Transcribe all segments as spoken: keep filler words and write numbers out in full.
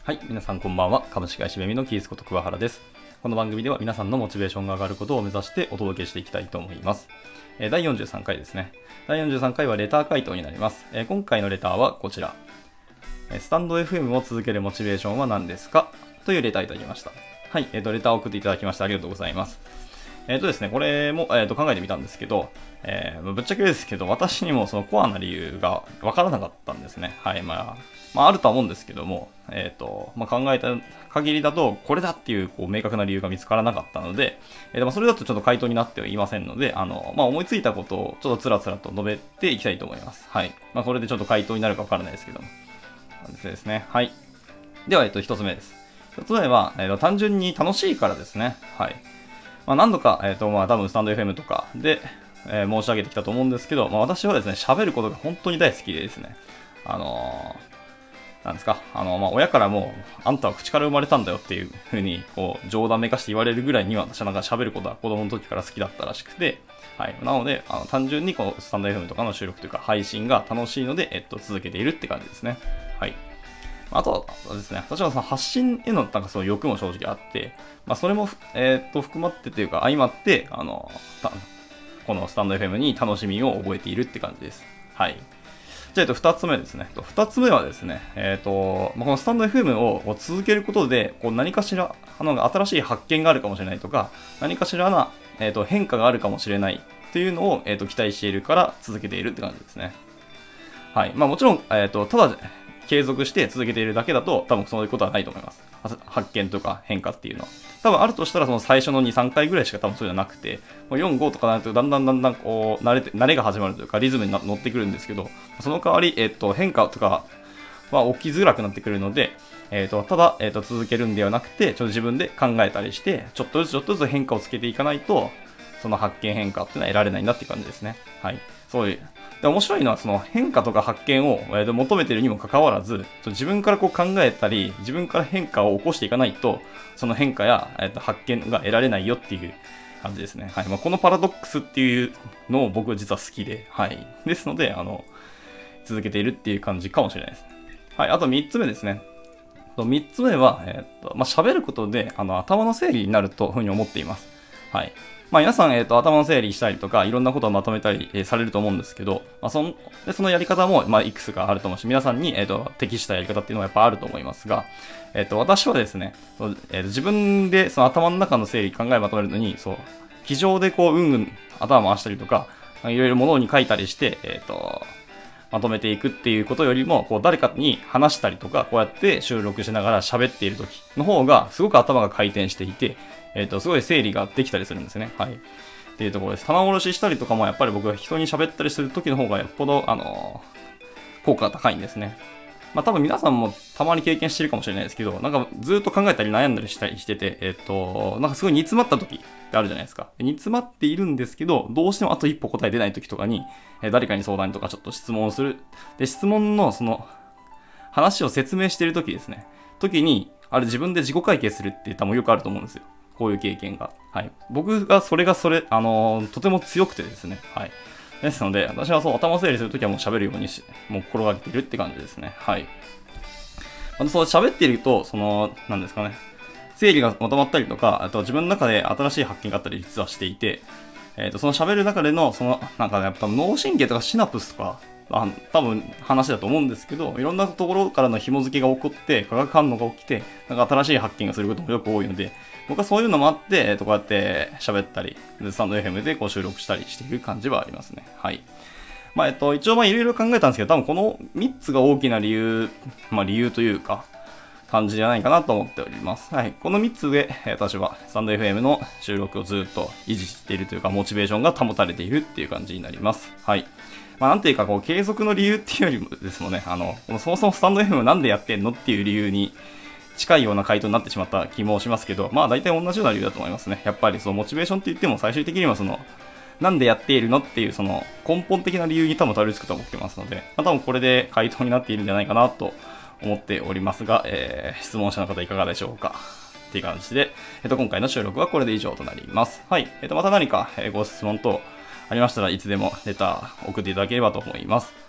はい、皆さんこんばんは。株式会社ベミのキースこと桑原です。この番組では皆さんのモチベーションが上がることを目指してお届けしていきたいと思います。えー、だいよんじゅうさんかいですね。だいよんじゅうさんかいはレター回答になります。えー、今回のレターはこちら。スタンド エフエム を続けるモチベーションは何ですかというレターいただきました。はい、えーと、レターを送っていただきましてありがとうございます。えっ、ー、とですね、これも、えー、と考えてみたんですけど、えー、ぶっちゃけですけど、私にもそのコアな理由がわからなかったんですね。はい、まあ、まあ、あるとは思うんですけども、えっ、ー、と、まあ、考えた限りだと、これだっていう、こう、明確な理由が見つからなかったので、えーと、まあ、それだとちょっと回答になってはいませんので、あの、まあ、思いついたことをちょっとつらつらと述べていきたいと思います。はい。まあ、これでちょっと回答になるかわからないですけども。ですね。はい。では、えっ、ー、と、一つ目です。一つ目は、えーと、単純に楽しいからですね。はい。まあ、何度か、えっ、ー、と、まあ、多分スタンド エフエム とかで、えー、申し上げてきたと思うんですけど、まあ、私はですね、喋ることが本当に大好きでですね、あのー、なんですか、あのー、まあ、親からも、あんたは口から生まれたんだよっていう風に、こう、冗談めかして言われるぐらいには、私はなんか喋ることは子供の時から好きだったらしくて、はい。なので、あの単純にこのスタンド エフエム とかの収録というか、配信が楽しいので、えっと、続けているって感じですね。はい。あとはですね、私はその発信へのなんかその欲も正直あって、まあ、それも、えー、っと含まってというか相まって、あの、このスタンド エフエム に楽しみを覚えているって感じです。はい。じゃあ、えっと、二つ目ですね。二つ目はですね、えっと、このスタンド エフエム を続けることで、こう何かしら、あの、新しい発見があるかもしれないとか、何かしらな、えっと、変化があるかもしれないっていうのを、えっと、期待しているから続けているって感じですね。はい。まあもちろん、えっと、ただ、継続して続けているだけだと多分そういうことはないと思います。発見とか変化っていうのは。多分あるとしたらその最初のに、さんかいぐらいしか多分そうじゃなくて、よん、ごとかなるとだんだんだんだんこう慣れて、慣れが始まるというかリズムに乗ってくるんですけど、その代わり、えっと、変化とかは起きづらくなってくるので、えっと、ただ、えっと、続けるんではなくて、ちょっと自分で考えたりして、ちょっとずつちょっとずつ変化をつけていかないと、その発見変化っていうのは得られないなっていう感じですね。はい。そういう。で面白いのはその変化とか発見を、えー、求めているにもかかわらず、自分からこう考えたり、自分から変化を起こしていかないと、その変化や、えー、と発見が得られないよっていう感じですね。はい。まあ、このパラドックスっていうのを僕は実は好きで、はい。ですので、あの、続けているっていう感じかもしれないです。はい。あとみっつめですね。みっつめは、えっ、ー、と、まあ、喋ることで、あの、頭の整理になるというふうに思っています。はい。まあ、皆さん、えっと、頭の整理したりとか、いろんなことをまとめたり、えー、されると思うんですけど、まあ、その、でそのやり方も、まあ、いくつかあると思うし、皆さんに、えっと、適したやり方っていうのはやっぱあると思いますが、えっと、私はですね、えー、と自分でその頭の中の整理、考えまとめるのに、そう、机上でこう、うんうん、頭回したりとか、いろいろ物に書いたりして、えっと、まとめていくっていうことよりも、こう誰かに話したりとか、こうやって収録しながら喋っている時の方が、すごく頭が回転していて、えっと、すごい整理ができたりするんですね。はい。っていうところです。棚卸ししたりとかも、やっぱり僕は人に喋ったりする時の方がよっぽど、あのー、効果が高いんですね。まあ多分皆さんもたまに経験してるかもしれないですけど、なんかずっと考えたり悩んだりしたりしてて、えっと、なんかすごい煮詰まった時ってあるじゃないですか。煮詰まっているんですけど、どうしてもあと一歩答え出ない時とかに、え誰かに相談とかちょっと質問をする。で、質問のその、話を説明している時ですね。時に、あれ自分で自己会計するって多分よくあると思うんですよ。こういう経験が。はい。僕がそれがそれ、あのー、とても強くてですね。はい。ですので、私はそう、頭を整理するときはもう喋るようにし、もう心がけているって感じですね。はい。またそう喋っていると、その、なんですかね。整理がまとまったりとか、あと自分の中で新しい発見があったり実はしていて、えっと、その喋る中での、その、なんかね、やっぱ脳神経とかシナプスとか、あ多分話だと思うんですけど、いろんなところからの紐付けが起こって、化学反応が起きて、なんか新しい発見がすることもよく多いので、僕はそういうのもあって、えっと、こうやって喋ったり、スタンド エフエム でこう収録したりしている感じはありますね。はい。まあ、えっと、一応まあいろいろ考えたんですけど、多分このみっつが大きな理由、まあ理由というか、感じじゃないかなと思っております。はい。このみっつで、私はスタンド エフエム の収録をずっと維持しているというか、モチベーションが保たれているっていう感じになります。はい。まあ、なんていうか、こう、継続の理由っていうよりもですもんね、あの、そもそもスタンド エフエム なんでやってんのっていう理由に近いような回答になってしまった気もしますけど、まあ大体同じような理由だと思いますね。やっぱりそのモチベーションって言っても最終的にはその、なんでやっているのっていうその根本的な理由に多分たどり着くと思ってますので、まあ、多分これで回答になっているんじゃないかなと思っておりますが、えー、質問者の方いかがでしょうかっていう感じで、えっと、今回の収録はこれで以上となります。はい。えっと、また何かご質問等ありましたらいつでもレター送っていただければと思います。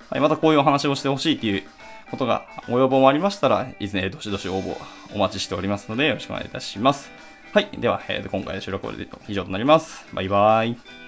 はい、またこういうお話をしてほしいということがご要望もありましたら、いずれどしどし応募お待ちしておりますので、よろしくお願いいたします。はい。では、えー、今回の収録は以上となります。バイバーイ。